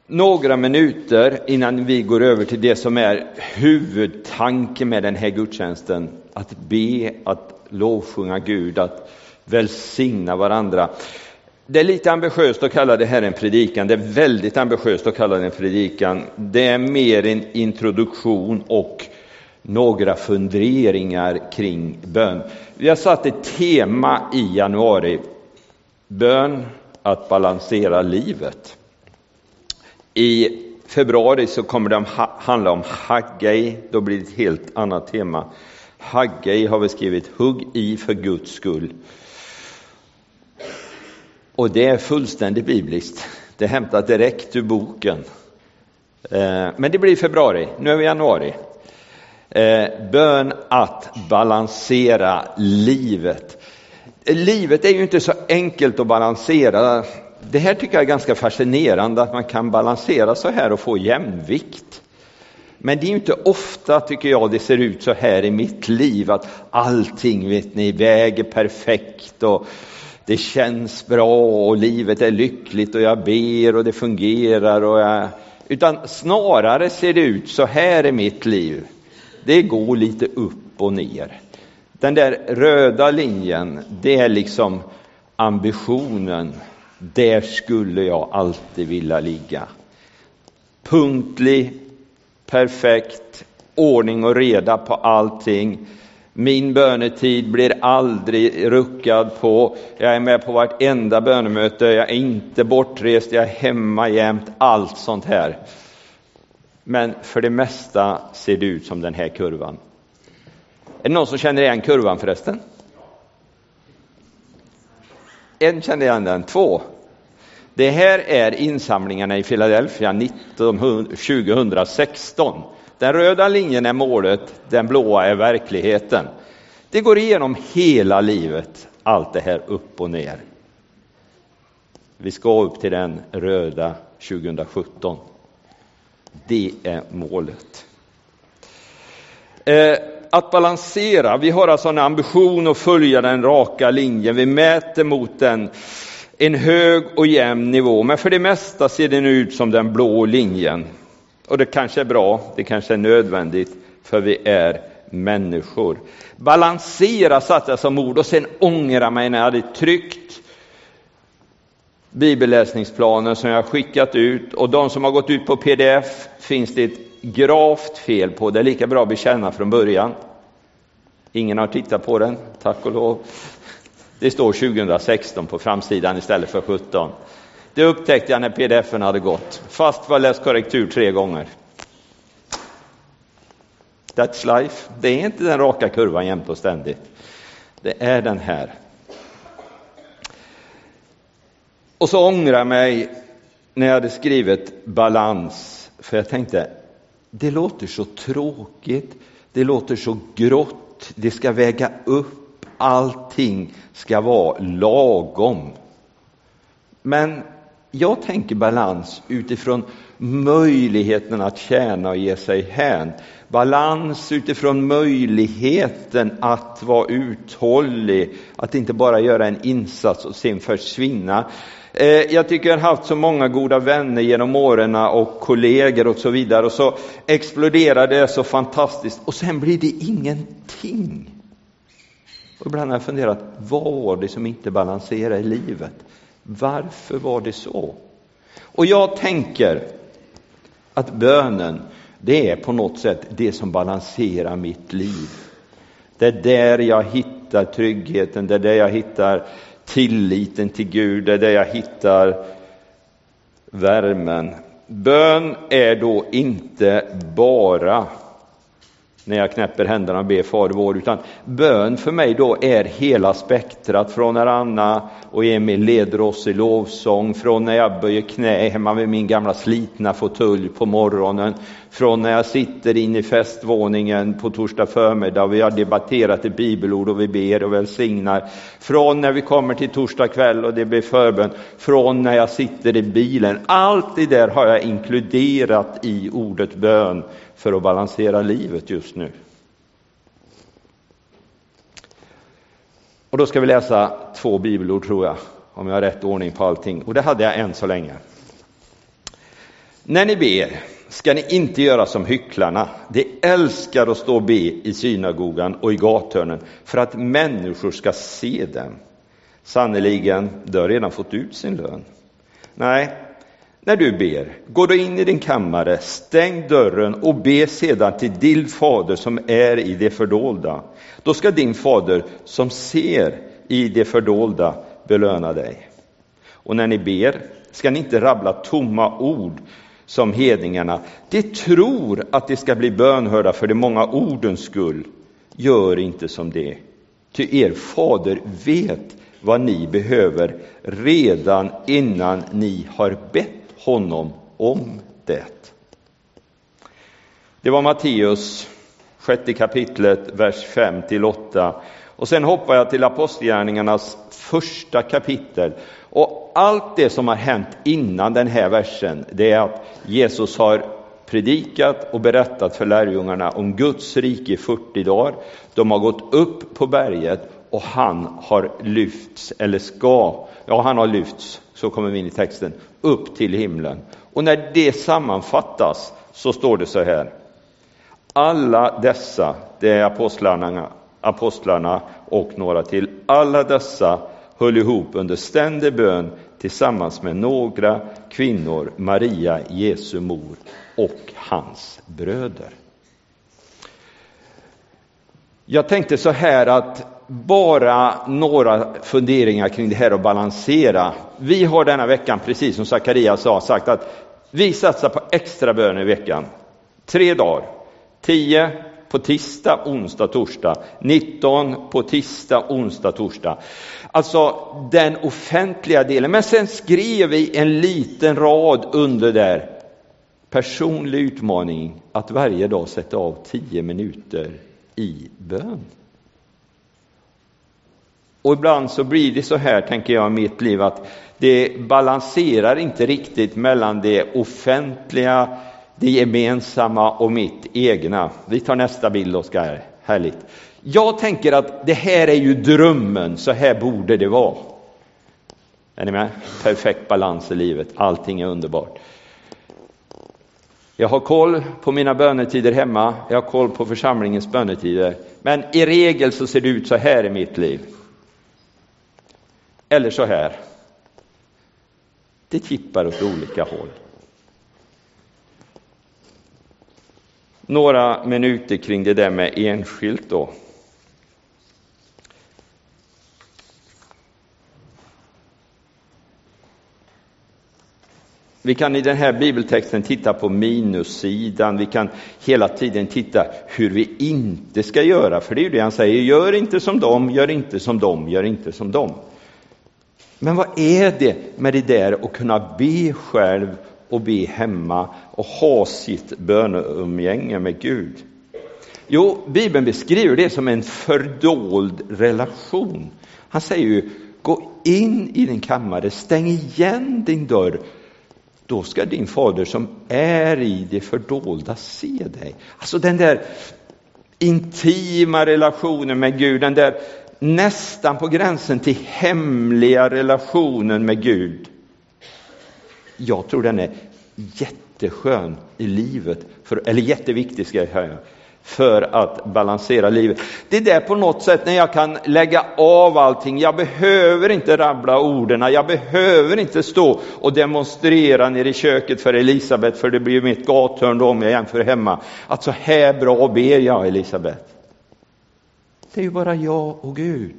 några minuter innan vi går över till det som är huvudtanken med den här gudstjänsten. Att be, att lovsjunga Gud, att välsigna varandra. Det är lite ambitiöst att kalla det här en predikan. Det är väldigt ambitiöst att kalla det en predikan. Det är mer en introduktion och några funderingar kring bön. Vi har satt ett tema i januari. Bön, att balansera livet. I februari så kommer det handla om Haggai. Då blir det ett helt annat tema. Haggai har vi skrivit hugg i för Guds skull. Och det är fullständigt bibliskt. Det är hämtat direkt ur boken. Men det blir februari. Nu är vi i januari. Bön att balansera livet. Livet är ju inte så enkelt att balansera. Det här tycker jag är ganska fascinerande, att man kan balansera så här och få jämvikt. Men det är ju inte ofta, tycker jag, det ser ut så här i mitt liv, att allting, vet ni, väger perfekt och det känns bra och livet är lyckligt och jag ber och det fungerar. Utan snarare ser det ut så här i mitt liv. Det går lite upp och ner. Den där röda linjen, det är liksom ambitionen. Där skulle jag alltid vilja ligga. Punktlig, perfekt, ordning och reda på allting. Min bönetid blir aldrig ruckad på. Jag är med på vartenda bönemöte. Jag är inte bortrest, jag är hemma jämt. Allt sånt här. Men för det mesta ser det ut som den här kurvan. Är det någon som känner igen kurvan förresten? En känner igen den, 2. Det här är insamlingarna i Philadelphia 2016. Den röda linjen är målet, den blåa är verkligheten. Det går igenom hela livet, allt det här upp och ner. Vi ska upp till den röda 2017. Det är målet. Att balansera, vi har alltså en ambition att följa den raka linjen. Vi mäter mot en hög och jämn nivå. Men för det mesta ser det nu ut som den blå linjen. Och det kanske är bra, det kanske är nödvändigt, för vi är människor. Balansera satte jag som ord, och sen ångra mig när jag hade tryckt bibelläsningsplanen som jag skickat ut. Och de som har gått ut på pdf finns det ett gravt fel på. Det är lika bra att bekänna från början. Ingen har tittat på den, tack och lov. Det står 2016 på framsidan istället för 17. Det upptäckte jag när pdf-en hade gått. Fast var läst korrektur 3 gånger. That's life. Det är inte den raka kurvan jämt och ständigt. Det är den här. Och så ångrar jag mig när jag hade skrivit balans. För jag tänkte, det låter så tråkigt. Det låter så grått. Det ska väga upp. Allting ska vara lagom. Men jag tänker balans utifrån möjligheten att tjäna och ge sig hän. Balans utifrån möjligheten att vara uthållig. Att inte bara göra en insats och sen försvinna. Jag tycker jag har haft så många goda vänner genom åren och kollegor och så vidare. Och så exploderar det så fantastiskt. Och sen blir det ingenting. Och ibland har jag funderat, vad var det som inte balanserade i livet? Varför var det så? Och jag tänker att bönen, det är på något sätt det som balanserar mitt liv. Det är där jag hittar tryggheten, det är där jag hittar tilliten till Gud, det är där jag hittar värmen. Bön är då inte bara när jag knäpper händerna och ber Fader vår, utan bön för mig då är hela spektrat, från när Anna och Emil leder oss i lovsång, från när jag böjer knä hemma med min gamla slitna fåtölj på morgonen, från när jag sitter inne i festvåningen på torsdag förmiddag och vi har debatterat ett bibelord och vi ber och välsignar, från när vi kommer till torsdag kväll och det blir förbön, från när jag sitter i bilen. Allt det där har jag inkluderat i ordet bön för att balansera livet just nu. Och då ska vi läsa 2 bibelord, tror jag, om jag har rätt ordning på allting. Och det hade jag än så länge. När ni ber ska ni inte göra som hycklarna. De älskar att stå och be i synagogan och i gathörnen för att människor ska se dem. Sannoliken, de har redan fått ut sin lön. Nej, när du ber, gå då in i din kammare, stäng dörren och be sedan till din fader som är i det fördolda. Då ska din fader som ser i det fördolda belöna dig. Och när ni ber ska ni inte rabbla tomma ord som hedningarna. De tror att de ska bli bönhörda för de många ordens skull. Gör inte som det. Ty er fader vet vad ni behöver redan innan ni har bett honom om det. Det var Matteus 6 kapitlet, vers 5-8. Och sen hoppar jag till Apostlagärningarnas första kapitel. Och allt det som har hänt innan den här versen, det är att Jesus har predikat och berättat för lärjungarna om Guds rike i 40 dagar. De har gått upp på berget och han har lyfts, han har lyfts, så kommer vi in i texten, upp till himlen. Och när det sammanfattas så står det så här: alla dessa, det är apostlarna och några till, alla dessa höll ihop under ständig bön tillsammans med några kvinnor, Maria, Jesu mor, och hans bröder. Jag tänkte så här att bara några funderingar kring det här att balansera. Vi har denna veckan, precis som Zacharias sa, sagt att vi satsar på extra bön i veckan. 3 dagar. 10 på tisdag, onsdag, torsdag. 19 på tisdag, onsdag, torsdag. Alltså den offentliga delen. Men sen skrev vi en liten rad under där. Personlig utmaning att varje dag sätta av 10 minuter i bön. Och ibland så blir det så här, tänker jag, i mitt liv, att det balanserar inte riktigt mellan det offentliga, det gemensamma och mitt egna. Vi tar nästa bild, Oskar. Härligt. Jag tänker att det här är ju drömmen, så här borde det vara. Är ni med? Perfekt balans i livet, allting är underbart. Jag har koll på mina bönetider hemma, jag har koll på församlingens bönetider. Men i regel så ser det ut så här i mitt liv. Eller så här. Det tippar åt olika håll. Några minuter kring det där med enskilt då. Vi kan i den här bibeltexten titta på minussidan. Vi kan hela tiden titta hur vi inte ska göra. För det är ju det han säger. Gör inte som dem, gör inte som dem, gör inte som dem. Men vad är det med det där att kunna be själv och be hemma och ha sitt böneumgänge med Gud? Jo, Bibeln beskriver det som en fördold relation. Han säger ju, gå in i din kammare, stäng igen din dörr. Då ska din fader som är i det fördolda se dig. Alltså den där intima relationen med Gud, den där nästan på gränsen till hemliga relationen med Gud. Jag tror den är jätteskön i livet, eller jätteviktig ska jag säga, för att balansera livet. Det är där på något sätt när jag kan lägga av allting. Jag behöver inte rabbla orden. Jag behöver inte stå och demonstrera nere i köket för Elisabeth, för det blir mitt gathörn då om jag jämför hemma. Att så här bra ber jag, Elisabeth. Det är ju bara jag och Gud.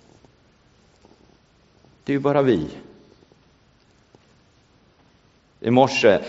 Det är ju bara vi. I morse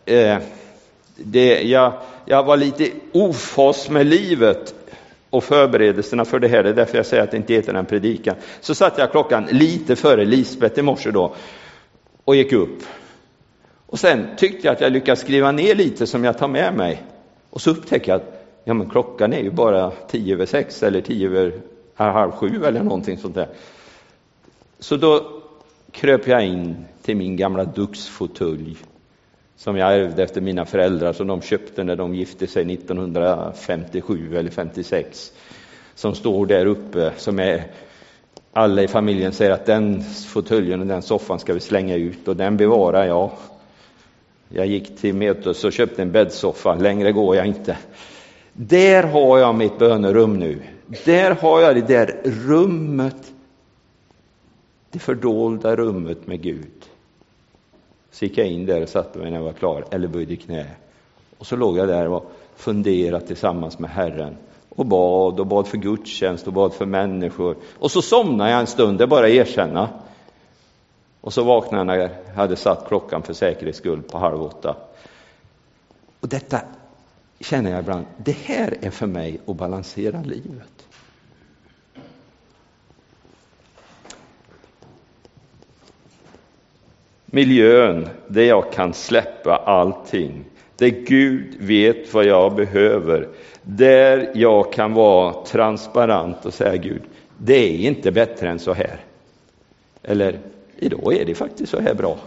jag var lite ofas med livet och förberedelserna för det här. Det är därför jag säger att det inte heter en predikan. Så satt jag klockan lite före Lisbeth i morse då och gick upp. Och sen tyckte jag att jag lyckades skriva ner lite som jag tar med mig. Och så upptäckte jag att men klockan är ju bara 6:10 eller 6:30 eller någonting sånt där. Så då kröp jag in till min gamla duxfåtölj som jag ärvde efter mina föräldrar, som de köpte när de gifte sig 1957 eller 56. Som står där uppe, som är alla i familjen säger att den fåtöljen och den soffan ska vi slänga ut och den bevarar jag. Jag gick till mötet och köpte en bäddsoffa. Längre går jag inte. Där har jag mitt bönerum nu. Där har jag det där rummet. Det fördolda rummet med Gud. Så gick jag in där och satte mig när jag var klar. Eller böjde knä. Och så låg jag där och funderade tillsammans med Herren. Och bad för gudstjänst och bad för människor. Och så somnade jag en stund, det bara erkänna. Och så vaknade jag när jag hade satt klockan för säkerhets skull på 7:30. Och detta känner jag ibland, det här är för mig att balansera livet. Miljön där jag kan släppa allting. Där Gud vet vad jag behöver. Där jag kan vara transparent och säga Gud, det är inte bättre än så här. Eller, idag är det faktiskt så här bra.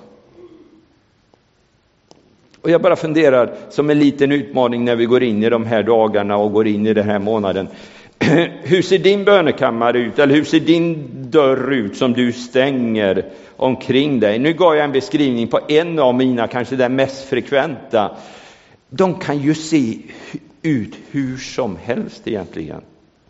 Och jag bara funderar som en liten utmaning när vi går in i de här dagarna och går in i den här månaden. Hur ser din bönekammare ut? Eller hur ser din dörr ut som du stänger omkring dig? Nu gav jag en beskrivning på en av mina, kanske den mest frekventa. De kan ju se ut hur som helst egentligen.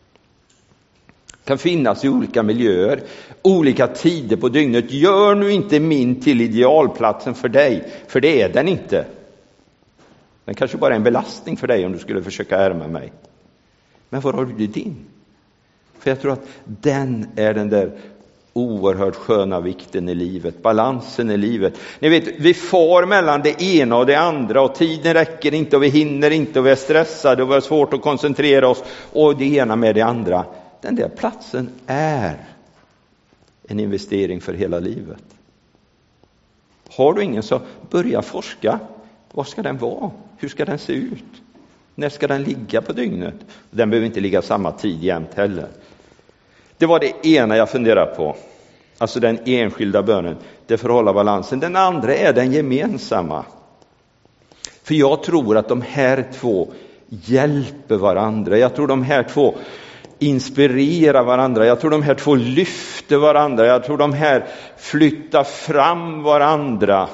Kan finnas i olika miljöer, olika tider på dygnet. Gör nu inte min till idealplatsen för dig, för det är den inte. Den kanske bara är en belastning för dig om du skulle försöka ärma mig. Men var har du din? För jag tror att den är den där oerhört sköna vikten i livet, balansen i livet. Ni vet, vi far mellan det ena och det andra och tiden räcker inte och vi hinner inte och vi är stressade och vi har svårt att koncentrera oss och det ena med det andra. Den där platsen är en investering för hela livet. Har du ingen så börja forska. Vad ska den vara? Hur ska den se ut? När ska den ligga på dygnet? Den behöver inte ligga samma tid jämt heller. Det var det ena jag funderar på. Alltså den enskilda bönen. Det förhåller balansen. Den andra är den gemensamma. För jag tror att de här två hjälper varandra. Jag tror de här två inspirerar varandra. Jag tror de här två lyfter varandra. Jag tror de här flyttar fram varandra.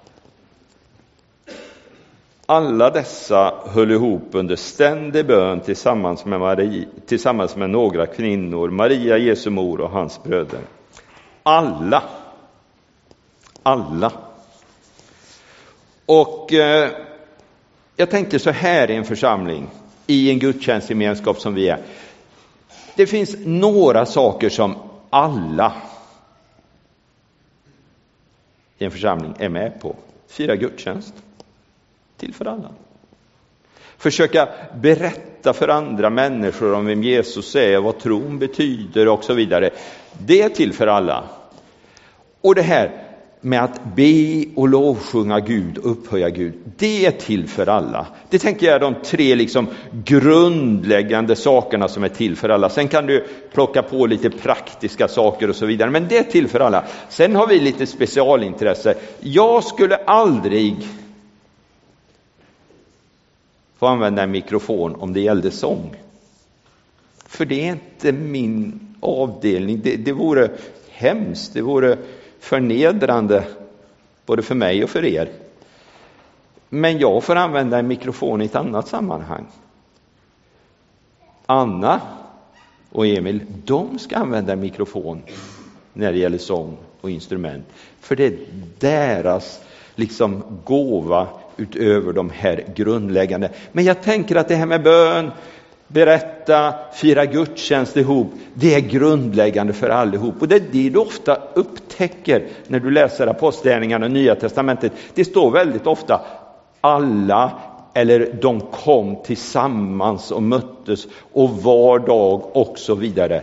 Alla dessa höll ihop under ständig bön tillsammans med några kvinnor, Maria, Jesu mor och hans bröder. Alla. Och jag tänkte så här i en församling, i en gudstjänstgemenskap som vi är. Det finns några saker som alla i en församling är med på. Fira gudstjänst. Till för alla. Försöka berätta för andra människor om vem Jesus är, vad tron betyder och så vidare. Det är till för alla. Och det här med att be och lovsjunga Gud och upphöja Gud, det är till för alla. Det tänker jag är de tre liksom grundläggande sakerna som är till för alla. Sen kan du plocka på lite praktiska saker och så vidare, men det är till för alla. Sen har vi lite specialintresse. Jag skulle aldrig få använda en mikrofon om det gällde sång. För det är inte min avdelning. Det vore hemskt. Det vore förnedrande både för mig och för er. Men jag får använda en mikrofon i ett annat sammanhang. Anna och Emil, de ska använda en mikrofon när det gäller sång och instrument. För det är deras liksom gåva utöver de här grundläggande. Men jag tänker att det här med bön, berätta, fira gudstjänst ihop, det är grundläggande för allihop. Och det är det du ofta upptäcker när du läser apostlagärningarna och Nya testamentet. Det står väldigt ofta alla, eller de kom tillsammans och möttes och var dag och så vidare.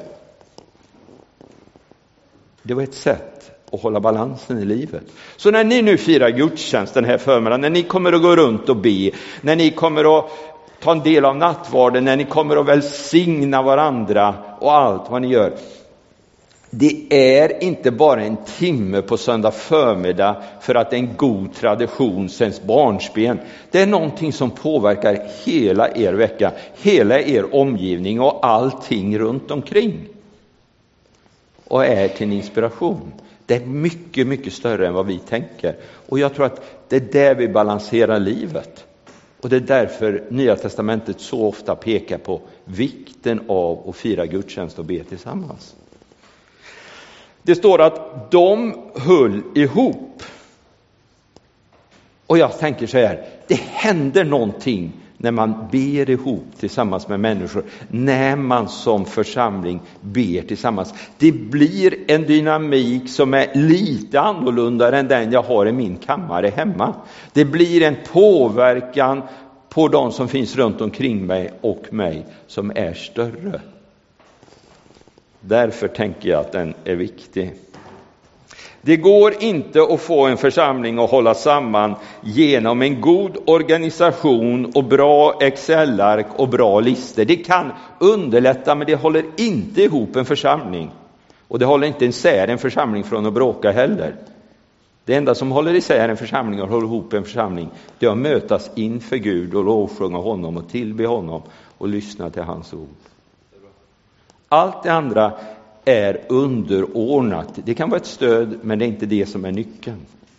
Det var ett sätt att hålla balansen i livet. Så när ni nu firar gudstjänst den här förmiddagen, när ni kommer att gå runt och be, när ni kommer att ta en del av nattvarden, när ni kommer att välsigna varandra och allt vad ni gör. Det är inte bara en timme på söndag förmiddag för att det är en god tradition sen barnsben. Det är någonting som påverkar hela er vecka, hela er omgivning och allting runt omkring. Och är till en inspiration. Det är mycket, mycket större än vad vi tänker. Och jag tror att det är där vi balanserar livet. Och det är därför Nya testamentet så ofta pekar på vikten av att fira gudstjänst och be tillsammans. Det står att de höll ihop. Och jag tänker så här, det händer någonting när man ber ihop tillsammans med människor. När man som församling ber tillsammans. Det blir en dynamik som är lite annorlunda än den jag har i min kammare hemma. Det blir en påverkan på de som finns runt omkring mig och mig som är större. Därför tänker jag att den är viktig. Det går inte att få en församling att hålla samman genom en god organisation och bra Excel-ark och bra listor. Det kan underlätta, men det håller inte ihop en församling. Och det håller inte isär en församling från att bråka heller. Det enda som håller isär en församling och håller ihop en församling, det är att mötas inför Gud och lovsjunga honom och tillbe honom och lyssna till hans ord. Allt det andra är underordnat. Det kan vara ett stöd, men det är inte det som är nyckeln.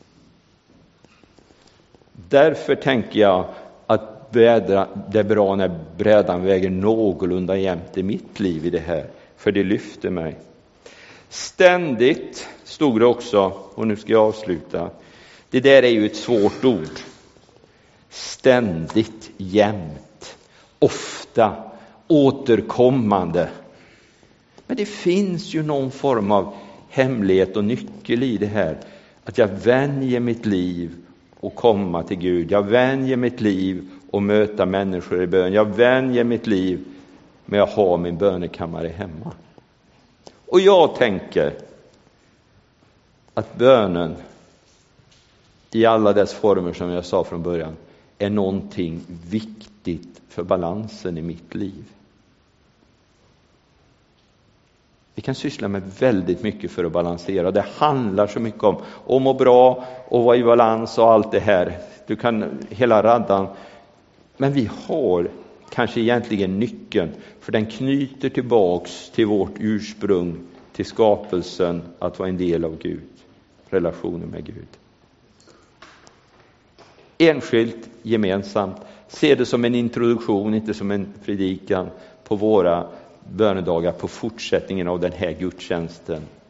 Därför tänker jag att det är bra när brädan väger någorlunda jämnt i mitt liv i det här. För det lyfter mig. Ständigt stod det också, och nu ska jag avsluta. Det där är ju ett svårt ord. Ständigt, jämt, ofta, återkommande. Men det finns ju någon form av hemlighet och nyckel i det här. Att jag vänjer mitt liv och komma till Gud. Jag vänjer mitt liv och möta människor i bön. Jag vänjer mitt liv med att ha min bönekammare hemma. Och jag tänker att bönen i alla dess former, som jag sa från början, är någonting viktigt för balansen i mitt liv. Vi kan syssla med väldigt mycket för att balansera. Det handlar så mycket om att må bra och vara i balans och allt det här. Du kan hela raddan. Men vi har kanske egentligen nyckeln, för den knyter tillbaks till vårt ursprung, till skapelsen, att vara en del av Gud, relationen med Gud. Enskilt, gemensamt, se det som en introduktion, inte som en predikan på våra bönedagar, på fortsättningen av den här gudstjänsten